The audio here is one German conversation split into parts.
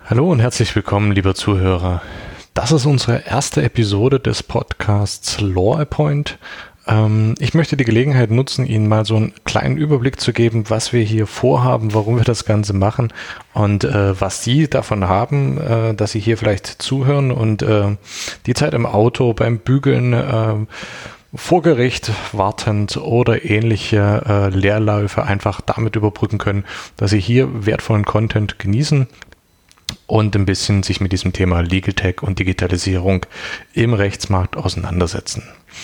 Hallo und herzlich willkommen, liebe Zuhörer. Das ist unsere erste Episode des Podcasts LawAppoint. Ich möchte die Gelegenheit nutzen, Ihnen mal so einen kleinen Überblick zu geben, was wir hier vorhaben, warum wir das Ganze machen und was Sie davon haben, dass Sie hier vielleicht zuhören und die Zeit im Auto, beim Bügeln, vor Gericht wartend oder ähnliche Leerläufe einfach damit überbrücken können, dass Sie hier wertvollen Content genießen und ein bisschen sich mit diesem Thema Legal Tech und Digitalisierung im Rechtsmarkt auseinandersetzen.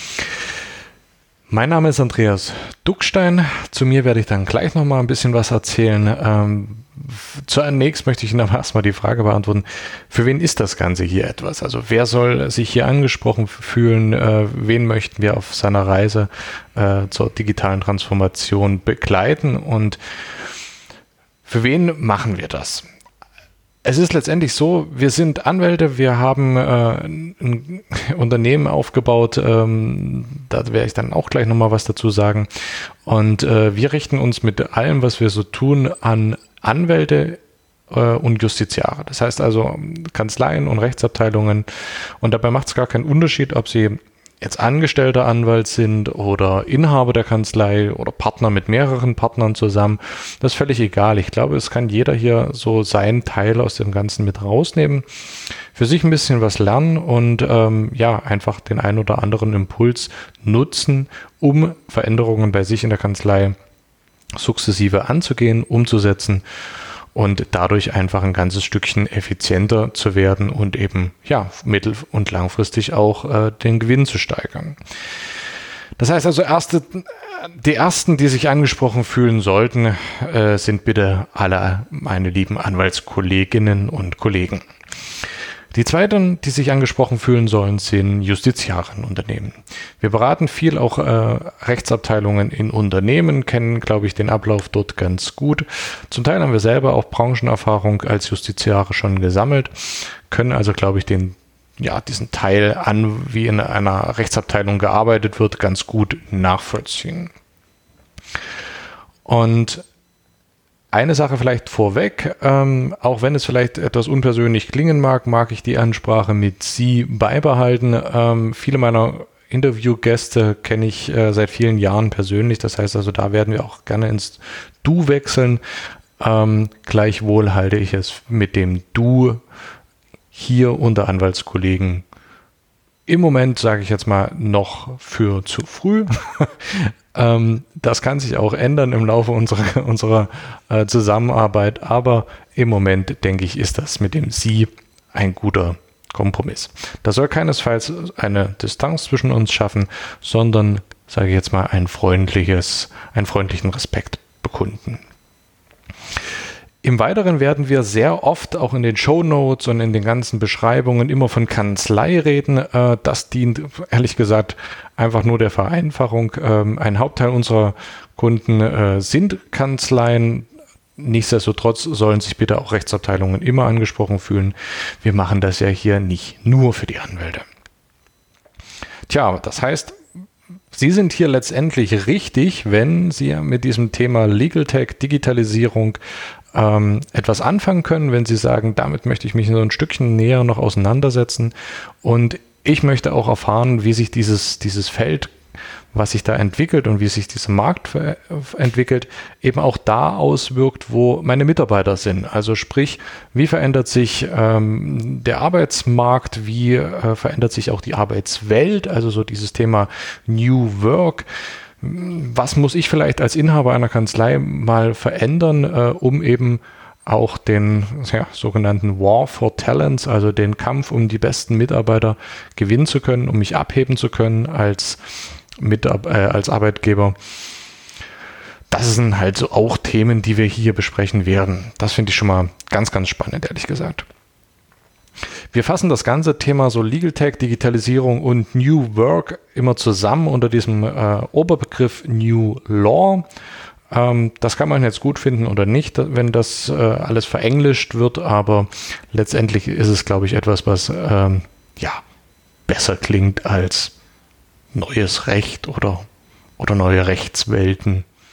Mein Name ist Andreas Duckstein. Zu mir werde ich dann gleich nochmal ein bisschen was erzählen. Zunächst möchte ich Ihnen aber erstmal die Frage beantworten, für wen ist das Ganze hier etwas? Also wer soll sich hier angesprochen fühlen? Wen möchten wir auf seiner Reise zur digitalen Transformation begleiten? Und für wen machen wir das? Es ist letztendlich so, wir sind Anwälte, wir haben ein Unternehmen aufgebaut, da werde ich dann auch gleich nochmal was dazu sagen. Und wir richten uns mit allem, was wir so tun, an Anwälte und Justiziare. Das heißt also Kanzleien und Rechtsabteilungen. Und dabei macht es gar keinen Unterschied, ob sie jetzt angestellter Anwalt sind oder Inhaber der Kanzlei oder Partner mit mehreren Partnern zusammen. Das ist völlig egal. Ich glaube, es kann jeder hier so seinen Teil aus dem Ganzen mit rausnehmen, für sich ein bisschen was lernen und einfach den einen oder anderen Impuls nutzen, um Veränderungen bei sich in der Kanzlei sukzessive anzugehen, umzusetzen und dadurch einfach ein ganzes Stückchen effizienter zu werden und eben mittel- und langfristig auch den Gewinn zu steigern. Das heißt also, die Ersten, die sich angesprochen fühlen sollten, sind bitte alle meine lieben Anwaltskolleginnen und Kollegen. Die Zweiten, die sich angesprochen fühlen sollen, sind Justitiarenunternehmen. Wir beraten viel auch Rechtsabteilungen in Unternehmen, kennen, glaube ich, den Ablauf dort ganz gut. Zum Teil haben wir selber auch Branchenerfahrung als Justiziare schon gesammelt, können also, glaube ich, diesen Teil an, wie in einer Rechtsabteilung gearbeitet wird, ganz gut nachvollziehen. Und eine Sache vielleicht vorweg, auch wenn es vielleicht etwas unpersönlich klingen mag ich die Ansprache mit Sie beibehalten. Viele meiner Interviewgäste kenne ich seit vielen Jahren persönlich, das heißt also, da werden wir auch gerne ins Du wechseln. Gleichwohl halte ich es mit dem Du hier unter Anwaltskollegen im Moment, sage ich jetzt mal, noch für zu früh. Das kann sich auch ändern im Laufe unserer Zusammenarbeit, aber im Moment, denke ich, ist das mit dem Sie ein guter Kompromiss. Das soll keinesfalls eine Distanz zwischen uns schaffen, sondern, sage ich jetzt mal, einen freundlichen Respekt bekunden. Im Weiteren werden wir sehr oft auch in den Shownotes und in den ganzen Beschreibungen immer von Kanzlei reden. Das dient, ehrlich gesagt, einfach nur der Vereinfachung. Ein Hauptteil unserer Kunden sind Kanzleien. Nichtsdestotrotz sollen sich bitte auch Rechtsabteilungen immer angesprochen fühlen. Wir machen das ja hier nicht nur für die Anwälte. Tja, das heißt, Sie sind hier letztendlich richtig, wenn Sie mit diesem Thema Legal Tech, Digitalisierung etwas anfangen können, wenn Sie sagen, damit möchte ich mich so ein Stückchen näher noch auseinandersetzen und ich möchte auch erfahren, wie sich dieses Feld, was sich da entwickelt und wie sich dieser Markt entwickelt, eben auch da auswirkt, wo meine Mitarbeiter sind. Also sprich, wie verändert sich der Arbeitsmarkt, wie verändert sich auch die Arbeitswelt, also so dieses Thema New Work. Was muss ich vielleicht als Inhaber einer Kanzlei mal verändern, um eben auch den sogenannten War for Talents, also den Kampf um die besten Mitarbeiter gewinnen zu können, um mich abheben zu können als Arbeitgeber. Das sind halt so auch Themen, die wir hier besprechen werden. Das finde ich schon mal ganz, ganz spannend, ehrlich gesagt. Wir fassen das ganze Thema so Legal Tech, Digitalisierung und New Work immer zusammen unter diesem Oberbegriff New Law. Das kann man jetzt gut finden oder nicht, wenn das alles verenglischt wird, aber letztendlich ist es, glaube ich, etwas, was besser klingt als neues Recht oder neue Rechtswelten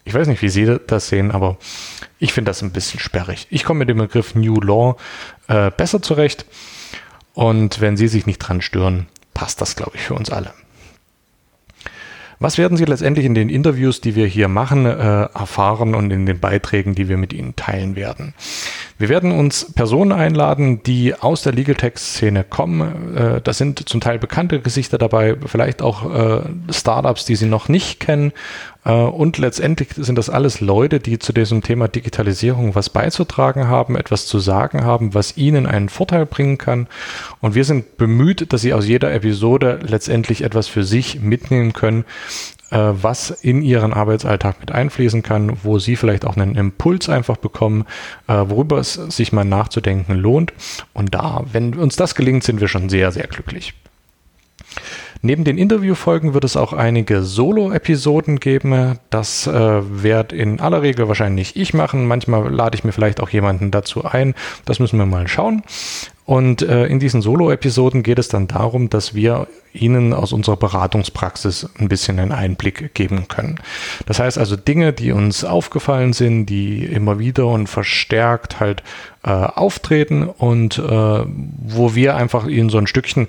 Ich weiß nicht, wie Sie das sehen, aber ich finde das ein bisschen sperrig. Ich komme mit dem Begriff New Law besser zurecht. Und wenn Sie sich nicht dran stören, passt das, glaube ich, für uns alle. Was werden Sie letztendlich in den Interviews, die wir hier machen, erfahren und in den Beiträgen, die wir mit Ihnen teilen werden? Wir werden uns Personen einladen, die aus der Legal Tech-Szene kommen. Das sind zum Teil bekannte Gesichter dabei, vielleicht auch Startups, die Sie noch nicht kennen. Und letztendlich sind das alles Leute, die zu diesem Thema Digitalisierung was beizutragen haben, etwas zu sagen haben, was ihnen einen Vorteil bringen kann. Und wir sind bemüht, dass Sie aus jeder Episode letztendlich etwas für sich mitnehmen können, was in Ihren Arbeitsalltag mit einfließen kann, wo Sie vielleicht auch einen Impuls einfach bekommen, worüber es sich mal nachzudenken lohnt. Und wenn uns das gelingt, sind wir schon sehr, sehr glücklich. Neben den Interviewfolgen wird es auch einige Solo-Episoden geben. Das werde in aller Regel wahrscheinlich ich machen. Manchmal lade ich mir vielleicht auch jemanden dazu ein. Das müssen wir mal schauen. Und in diesen Solo-Episoden geht es dann darum, dass wir Ihnen aus unserer Beratungspraxis ein bisschen einen Einblick geben können. Das heißt also Dinge, die uns aufgefallen sind, die immer wieder und verstärkt halt auftreten und wo wir einfach Ihnen so ein Stückchen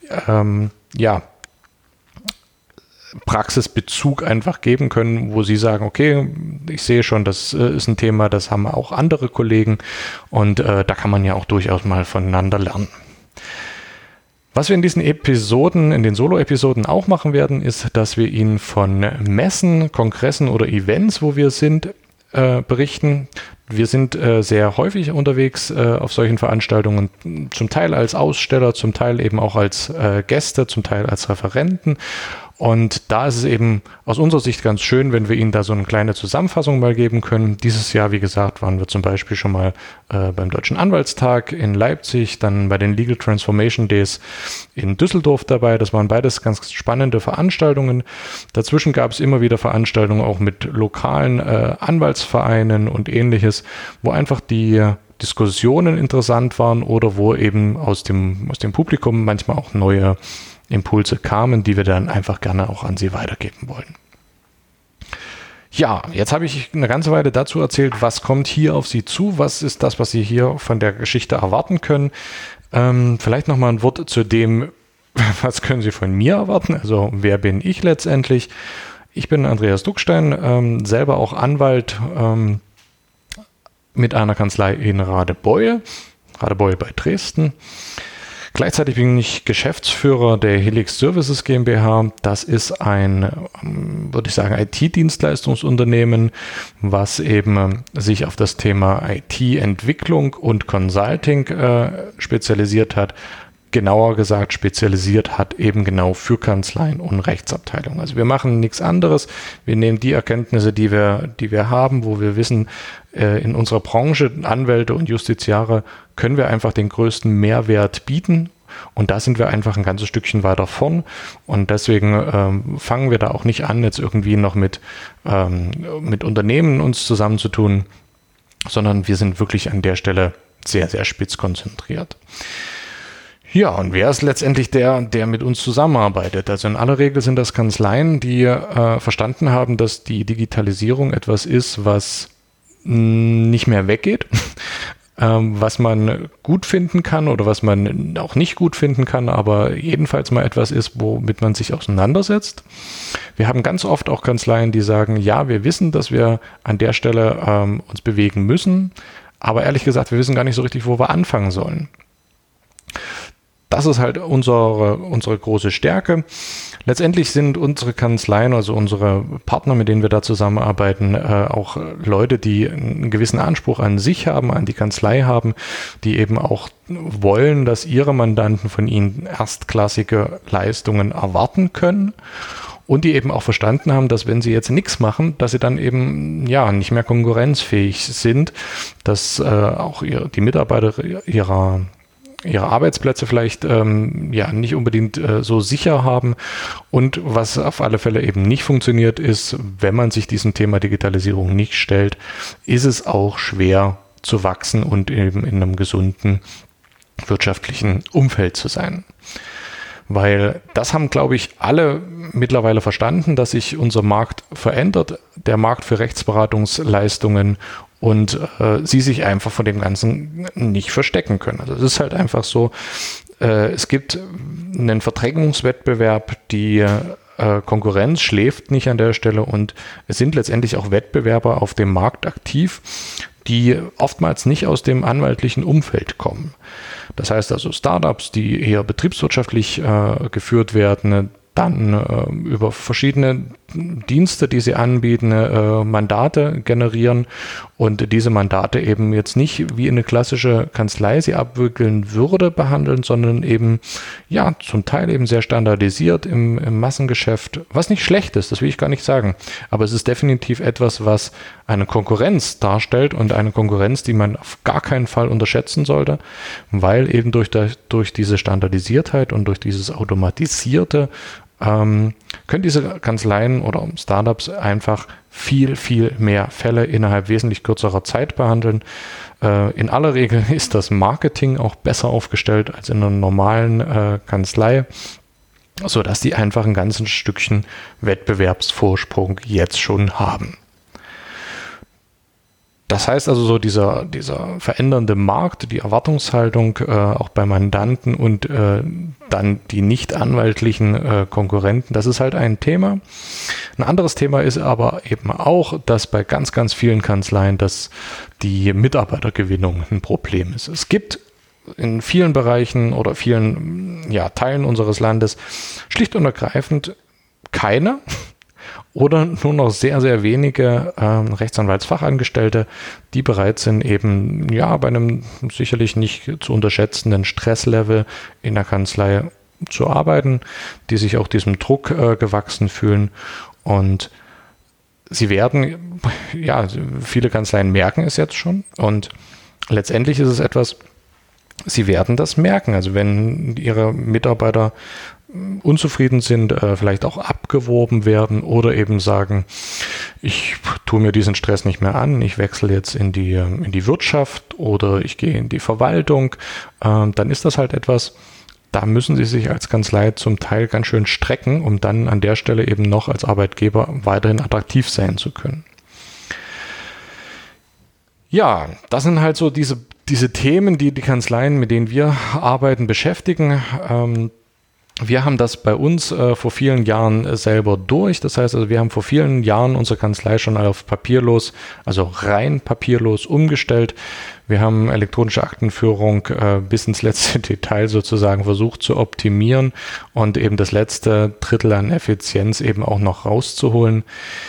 Praxisbezug einfach geben können, wo Sie sagen, okay, ich sehe schon, das ist ein Thema, das haben auch andere Kollegen und da kann man ja auch durchaus mal voneinander lernen. Was wir in diesen Episoden, in den Solo-Episoden auch machen werden, ist, dass wir Ihnen von Messen, Kongressen oder Events, wo wir sind, berichten. Wir sind sehr häufig unterwegs auf solchen Veranstaltungen, zum Teil als Aussteller, zum Teil eben auch als Gäste, zum Teil als Referenten. Und da ist es eben aus unserer Sicht ganz schön, wenn wir Ihnen da so eine kleine Zusammenfassung mal geben können. Dieses Jahr, wie gesagt, waren wir zum Beispiel schon mal beim Deutschen Anwaltstag in Leipzig, dann bei den Legal Transformation Days in Düsseldorf dabei. Das waren beides ganz spannende Veranstaltungen. Dazwischen gab es immer wieder Veranstaltungen auch mit lokalen Anwaltsvereinen und Ähnliches, wo einfach die Diskussionen interessant waren oder wo eben aus dem Publikum manchmal auch neue Impulse kamen, die wir dann einfach gerne auch an Sie weitergeben wollen. Ja, jetzt habe ich eine ganze Weile dazu erzählt, was kommt hier auf Sie zu, was ist das, was Sie hier von der Geschichte erwarten können. Vielleicht nochmal ein Wort zu dem, was können Sie von mir erwarten, also wer bin ich letztendlich. Ich bin Andreas Duckstein, selber auch Anwalt mit einer Kanzlei in Radebeul bei Dresden. Gleichzeitig bin ich Geschäftsführer der Helix Services GmbH. Das ist ein, würde ich sagen, IT-Dienstleistungsunternehmen, was eben sich auf das Thema IT-Entwicklung und Consulting spezialisiert hat. Genauer gesagt, spezialisiert hat eben genau für Kanzleien und Rechtsabteilungen. Also wir machen nichts anderes. Wir nehmen die Erkenntnisse, die wir haben, wo wir wissen, in unserer Branche, Anwälte und Justiziare, können wir einfach den größten Mehrwert bieten. Und da sind wir einfach ein ganzes Stückchen weiter vorn. Und deswegen fangen wir da auch nicht an, jetzt irgendwie noch mit Unternehmen uns zusammenzutun, sondern wir sind wirklich an der Stelle sehr, sehr spitz konzentriert. Ja, und wer ist letztendlich der mit uns zusammenarbeitet? Also in aller Regel sind das Kanzleien, die verstanden haben, dass die Digitalisierung etwas ist, was nicht mehr weggeht, was man gut finden kann oder was man auch nicht gut finden kann, aber jedenfalls mal etwas ist, womit man sich auseinandersetzt. Wir haben ganz oft auch Kanzleien, die sagen, ja, wir wissen, dass wir an der Stelle uns bewegen müssen, aber ehrlich gesagt, wir wissen gar nicht so richtig, wo wir anfangen sollen. Das ist halt unsere große Stärke. Letztendlich sind unsere Kanzleien, also unsere Partner, mit denen wir da zusammenarbeiten, auch Leute, die einen gewissen Anspruch an sich haben, an die Kanzlei haben, die eben auch wollen, dass ihre Mandanten von ihnen erstklassige Leistungen erwarten können. Und die eben auch verstanden haben, dass wenn sie jetzt nichts machen, dass sie dann eben nicht mehr konkurrenzfähig sind, dass auch die Mitarbeiter ihre Arbeitsplätze vielleicht nicht unbedingt so sicher haben. Und was auf alle Fälle eben nicht funktioniert ist, wenn man sich diesem Thema Digitalisierung nicht stellt, ist es auch schwer zu wachsen und eben in einem gesunden wirtschaftlichen Umfeld zu sein. Weil das haben, glaube ich, alle mittlerweile verstanden, dass sich unser Markt verändert, der Markt für Rechtsberatungsleistungen, und sie sich einfach von dem Ganzen nicht verstecken können. Also es ist halt einfach so, es gibt einen Verdrängungswettbewerb, die Konkurrenz schläft nicht an der Stelle, und es sind letztendlich auch Wettbewerber auf dem Markt aktiv, die oftmals nicht aus dem anwaltlichen Umfeld kommen. Das heißt also Startups, die eher betriebswirtschaftlich geführt werden, dann über verschiedene Dienste, die sie anbieten, Mandate generieren und diese Mandate eben jetzt nicht wie eine klassische Kanzlei sie abwickeln würde behandeln, sondern eben ja zum Teil eben sehr standardisiert im Massengeschäft, was nicht schlecht ist, das will ich gar nicht sagen, aber es ist definitiv etwas, was eine Konkurrenz darstellt und eine Konkurrenz, die man auf gar keinen Fall unterschätzen sollte, weil eben durch diese Standardisiertheit und durch dieses Automatisierte können diese Kanzleien oder Startups einfach viel, viel mehr Fälle innerhalb wesentlich kürzerer Zeit behandeln. In aller Regel ist das Marketing auch besser aufgestellt als in einer normalen Kanzlei, sodass die einfach ein ganzes Stückchen Wettbewerbsvorsprung jetzt schon haben. Das heißt also so dieser verändernde Markt, die Erwartungshaltung auch bei Mandanten und dann die nicht anwaltlichen Konkurrenten, das ist halt ein Thema. Ein anderes Thema ist aber eben auch, dass bei ganz, ganz vielen Kanzleien die Mitarbeitergewinnung ein Problem ist. Es gibt in vielen Bereichen oder vielen Teilen unseres Landes schlicht und ergreifend keine oder nur noch sehr, sehr wenige Rechtsanwaltsfachangestellte, die bereit sind, eben bei einem sicherlich nicht zu unterschätzenden Stresslevel in der Kanzlei zu arbeiten, die sich auch diesem Druck gewachsen fühlen. Und sie werden, viele Kanzleien merken es jetzt schon, und letztendlich ist es etwas, sie werden das merken. Also wenn ihre Mitarbeiter unzufrieden sind, vielleicht auch abgeworben werden oder eben sagen, ich tue mir diesen Stress nicht mehr an, ich wechsle jetzt in die Wirtschaft oder ich gehe in die Verwaltung, dann ist das halt etwas, da müssen sie sich als Kanzlei zum Teil ganz schön strecken, um dann an der Stelle eben noch als Arbeitgeber weiterhin attraktiv sein zu können. Ja, das sind halt so diese Themen, die Kanzleien, mit denen wir arbeiten, beschäftigen. Wir haben das bei uns vor vielen Jahren selber durch. Das heißt, also wir haben vor vielen Jahren unsere Kanzlei schon auf papierlos, also rein papierlos umgestellt. Wir haben elektronische Aktenführung bis ins letzte Detail sozusagen versucht zu optimieren und eben das letzte Drittel an Effizienz eben auch noch rauszuholen.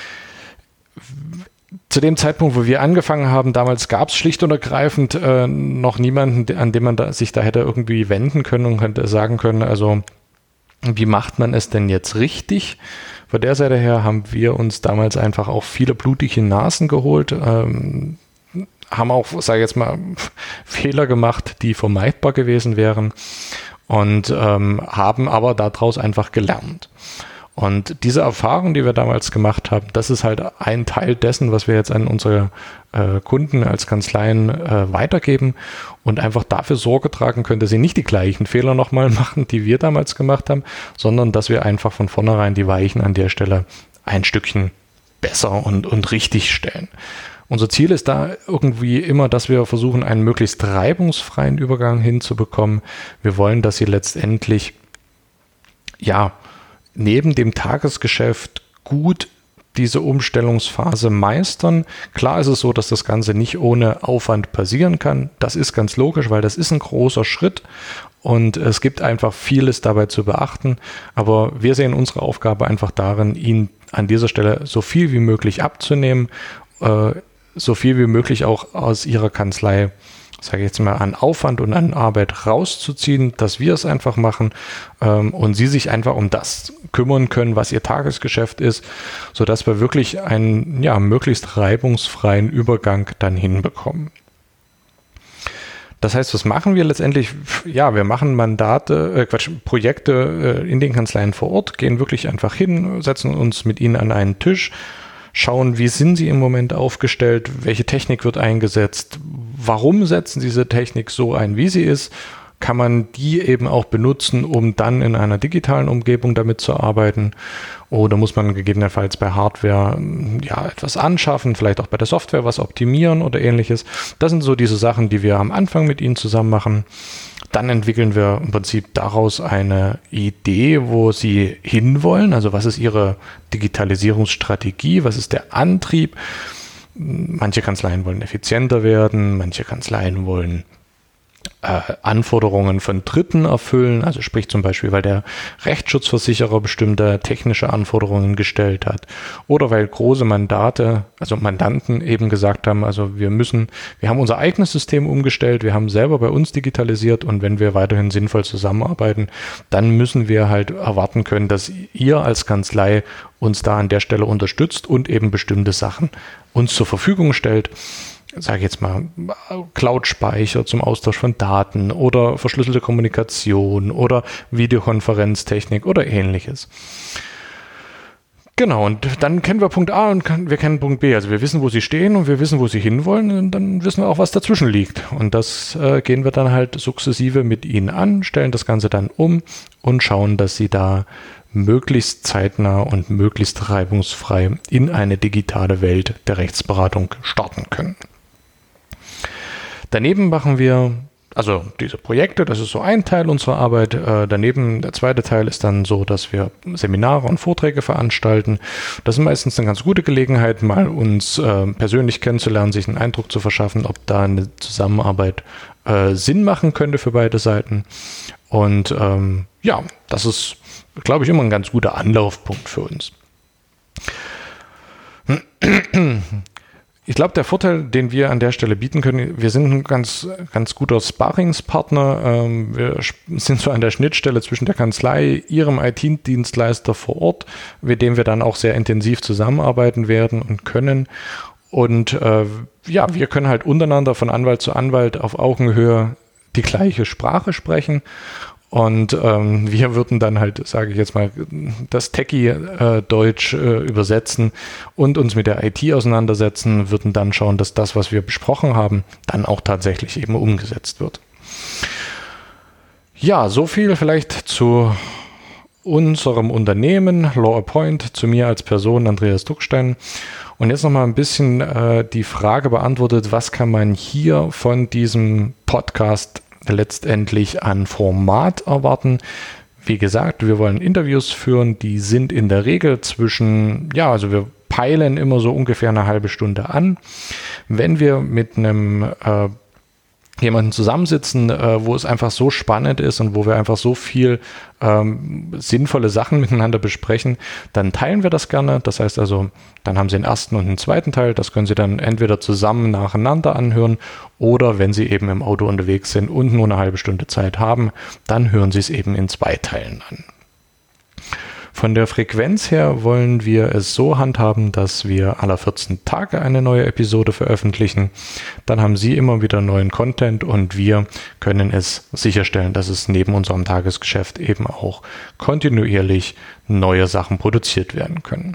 Zu dem Zeitpunkt, wo wir angefangen haben, damals gab es schlicht und ergreifend noch niemanden, an dem man sich da hätte irgendwie wenden können und hätte sagen können, also wie macht man es denn jetzt richtig? Von der Seite her haben wir uns damals einfach auch viele blutige Nasen geholt, haben auch, sage ich jetzt mal, Fehler gemacht, die vermeidbar gewesen wären, und haben aber daraus einfach gelernt. Und diese Erfahrung, die wir damals gemacht haben, das ist halt ein Teil dessen, was wir jetzt an unsere Kunden als Kanzleien weitergeben und einfach dafür Sorge tragen können, dass sie nicht die gleichen Fehler nochmal machen, die wir damals gemacht haben, sondern dass wir einfach von vornherein die Weichen an der Stelle ein Stückchen besser und richtig stellen. Unser Ziel ist da irgendwie immer, dass wir versuchen, einen möglichst reibungsfreien Übergang hinzubekommen. Wir wollen, dass sie letztendlich neben dem Tagesgeschäft gut diese Umstellungsphase meistern. Klar ist es so, dass das Ganze nicht ohne Aufwand passieren kann. Das ist ganz logisch, weil das ist ein großer Schritt und es gibt einfach vieles dabei zu beachten. Aber wir sehen unsere Aufgabe einfach darin, Ihnen an dieser Stelle so viel wie möglich abzunehmen, so viel wie möglich auch aus Ihrer Kanzlei, sage ich jetzt mal, an Aufwand und an Arbeit rauszuziehen, dass wir es einfach machen und Sie sich einfach um das kümmern können, was Ihr Tagesgeschäft ist, sodass wir wirklich einen möglichst reibungsfreien Übergang dann hinbekommen. Das heißt, was machen wir letztendlich? Ja, wir machen Projekte in den Kanzleien vor Ort, gehen wirklich einfach hin, setzen uns mit Ihnen an einen Tisch, schauen, wie sind Sie im Moment aufgestellt, welche Technik wird eingesetzt, warum setzen Sie diese Technik so ein, wie sie ist, kann man die eben auch benutzen, um dann in einer digitalen Umgebung damit zu arbeiten. Oder muss man gegebenenfalls bei Hardware etwas anschaffen, vielleicht auch bei der Software was optimieren oder ähnliches. Das sind so diese Sachen, die wir am Anfang mit Ihnen zusammen machen. Dann entwickeln wir im Prinzip daraus eine Idee, wo Sie hinwollen. Also was ist Ihre Digitalisierungsstrategie? Was ist der Antrieb? Manche Kanzleien wollen effizienter werden, manche Kanzleien wollen Anforderungen von Dritten erfüllen, also sprich zum Beispiel, weil der Rechtsschutzversicherer bestimmte technische Anforderungen gestellt hat oder weil große Mandanten eben gesagt haben, also wir haben unser eigenes System umgestellt, wir haben selber bei uns digitalisiert und wenn wir weiterhin sinnvoll zusammenarbeiten, dann müssen wir halt erwarten können, dass ihr als Kanzlei uns da an der Stelle unterstützt und eben bestimmte Sachen uns zur Verfügung stellt. Sage ich jetzt mal, Cloud-Speicher zum Austausch von Daten oder verschlüsselte Kommunikation oder Videokonferenztechnik oder ähnliches. Genau, und dann kennen wir Punkt A und wir kennen Punkt B. Also wir wissen, wo sie stehen und wir wissen, wo sie hinwollen und dann wissen wir auch, was dazwischen liegt. Und das gehen wir dann halt sukzessive mit ihnen an, stellen das Ganze dann um und schauen, dass sie da möglichst zeitnah und möglichst reibungsfrei in eine digitale Welt der Rechtsberatung starten können. Daneben machen wir also diese Projekte, das ist so ein Teil unserer Arbeit. Daneben, der zweite Teil ist dann so, dass wir Seminare und Vorträge veranstalten. Das ist meistens eine ganz gute Gelegenheit, mal uns persönlich kennenzulernen, sich einen Eindruck zu verschaffen, ob da eine Zusammenarbeit Sinn machen könnte für beide Seiten. Und das ist, glaube ich, immer ein ganz guter Anlaufpunkt für uns. Ich glaube, der Vorteil, den wir an der Stelle bieten können, wir sind ein ganz, ganz guter Sparringspartner. Wir sind so an der Schnittstelle zwischen der Kanzlei, Ihrem IT-Dienstleister vor Ort, mit dem wir dann auch sehr intensiv zusammenarbeiten werden und können. Und wir können halt untereinander von Anwalt zu Anwalt auf Augenhöhe die gleiche Sprache sprechen. Und wir würden dann halt, sage ich jetzt mal, das Techie-Deutsch übersetzen und uns mit der IT auseinandersetzen, würden dann schauen, dass das, was wir besprochen haben, dann auch tatsächlich eben umgesetzt wird. Ja, so viel vielleicht zu unserem Unternehmen LawAppoint, zu mir als Person, Andreas Duckstein. Und jetzt nochmal ein bisschen die Frage beantwortet, was kann man hier von diesem Podcast letztendlich an Format erwarten. Wie gesagt, wir wollen Interviews führen, die sind in der Regel also wir peilen immer so ungefähr eine halbe Stunde an. Wenn wir mit einem jemanden zusammensitzen, wo es einfach so spannend ist und wo wir einfach so viel sinnvolle Sachen miteinander besprechen, dann teilen wir das gerne. Das heißt also, dann haben Sie den ersten und den zweiten Teil. Das können Sie dann entweder zusammen nacheinander anhören oder wenn Sie eben im Auto unterwegs sind und nur eine halbe Stunde Zeit haben, dann hören Sie es eben in 2 Teilen an. Von der Frequenz her wollen wir es so handhaben, dass wir alle 14 Tage eine neue Episode veröffentlichen. Dann haben Sie immer wieder neuen Content und wir können es sicherstellen, dass es neben unserem Tagesgeschäft eben auch kontinuierlich neue Sachen produziert werden können.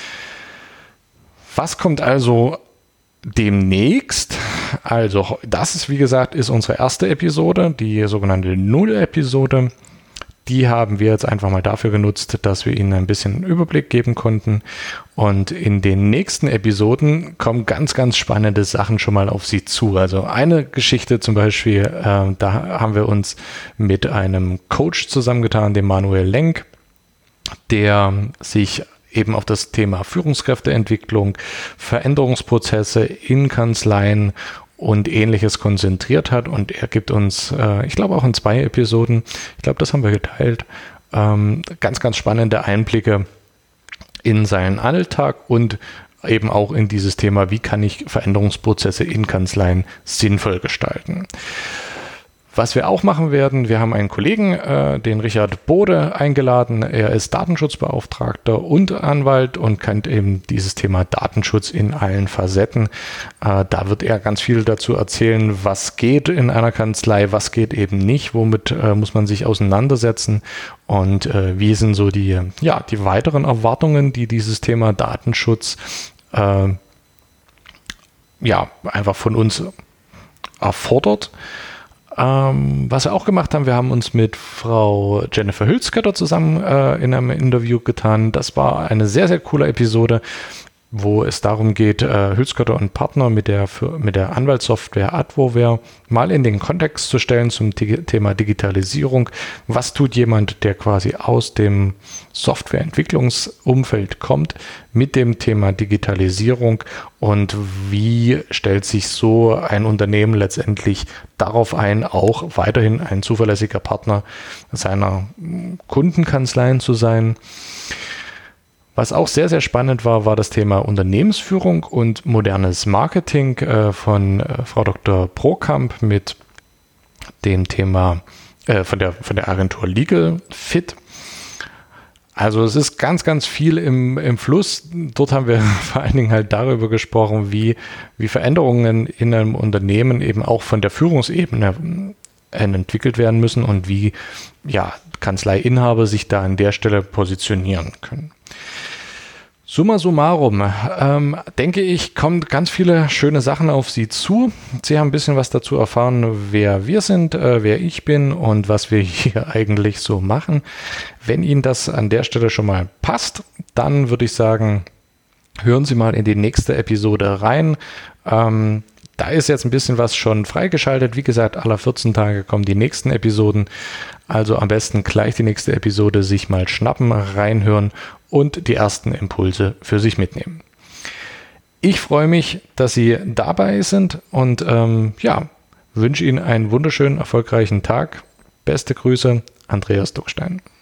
Was kommt also demnächst? Also das ist, wie gesagt, ist unsere erste Episode, die sogenannte Null-Episode. Die haben wir jetzt einfach mal dafür genutzt, dass wir Ihnen ein bisschen Überblick geben konnten. Und in den nächsten Episoden kommen ganz, ganz spannende Sachen schon mal auf Sie zu. Also eine Geschichte zum Beispiel, da haben wir uns mit einem Coach zusammengetan, dem Manuel Lenk, der sich eben auf das Thema Führungskräfteentwicklung, Veränderungsprozesse in Kanzleien und Ähnliches konzentriert hat und er gibt uns, ich glaube auch in 2 Episoden, ich glaube, das haben wir geteilt, ganz, ganz spannende Einblicke in seinen Alltag und eben auch in dieses Thema, wie kann ich Veränderungsprozesse in Kanzleien sinnvoll gestalten. Was wir auch machen werden, wir haben einen Kollegen, den Richard Bode, eingeladen. Er ist Datenschutzbeauftragter und Anwalt und kennt eben dieses Thema Datenschutz in allen Facetten. Da wird er ganz viel dazu erzählen, was geht in einer Kanzlei, was geht eben nicht, womit muss man sich auseinandersetzen und wie sind so die weiteren Erwartungen, die dieses Thema Datenschutz einfach von uns erfordert. Was wir auch gemacht haben, wir haben uns mit Frau Jennifer Hülskötter zusammen in einem Interview getan. Das war eine sehr, sehr coole Episode, wo es darum geht, Hülskötter und Partner mit der Anwaltssoftware Advoware mal in den Kontext zu stellen zum Thema Digitalisierung. Was tut jemand, der quasi aus dem Softwareentwicklungsumfeld kommt, mit dem Thema Digitalisierung, und wie stellt sich so ein Unternehmen letztendlich darauf ein, auch weiterhin ein zuverlässiger Partner seiner Kundenkanzleien zu sein. Was auch sehr, sehr spannend war, war das Thema Unternehmensführung und modernes Marketing von Frau Dr. Prokamp mit dem Thema von der Agentur Legal Fit. Also es ist ganz, ganz viel im Fluss. Dort haben wir vor allen Dingen halt darüber gesprochen, wie Veränderungen in einem Unternehmen eben auch von der Führungsebene entwickelt werden müssen und wie Kanzleiinhaber sich da an der Stelle positionieren können. Summa summarum, denke ich, kommen ganz viele schöne Sachen auf Sie zu. Sie haben ein bisschen was dazu erfahren, wer wir sind, wer ich bin und was wir hier eigentlich so machen. Wenn Ihnen das an der Stelle schon mal passt, dann würde ich sagen, hören Sie mal in die nächste Episode rein. Da ist jetzt ein bisschen was schon freigeschaltet. Wie gesagt, alle 14 Tage kommen die nächsten Episoden. Also am besten gleich die nächste Episode sich mal schnappen, reinhören und die ersten Impulse für sich mitnehmen. Ich freue mich, dass Sie dabei sind und wünsche Ihnen einen wunderschönen, erfolgreichen Tag. Beste Grüße, Andreas Duckstein.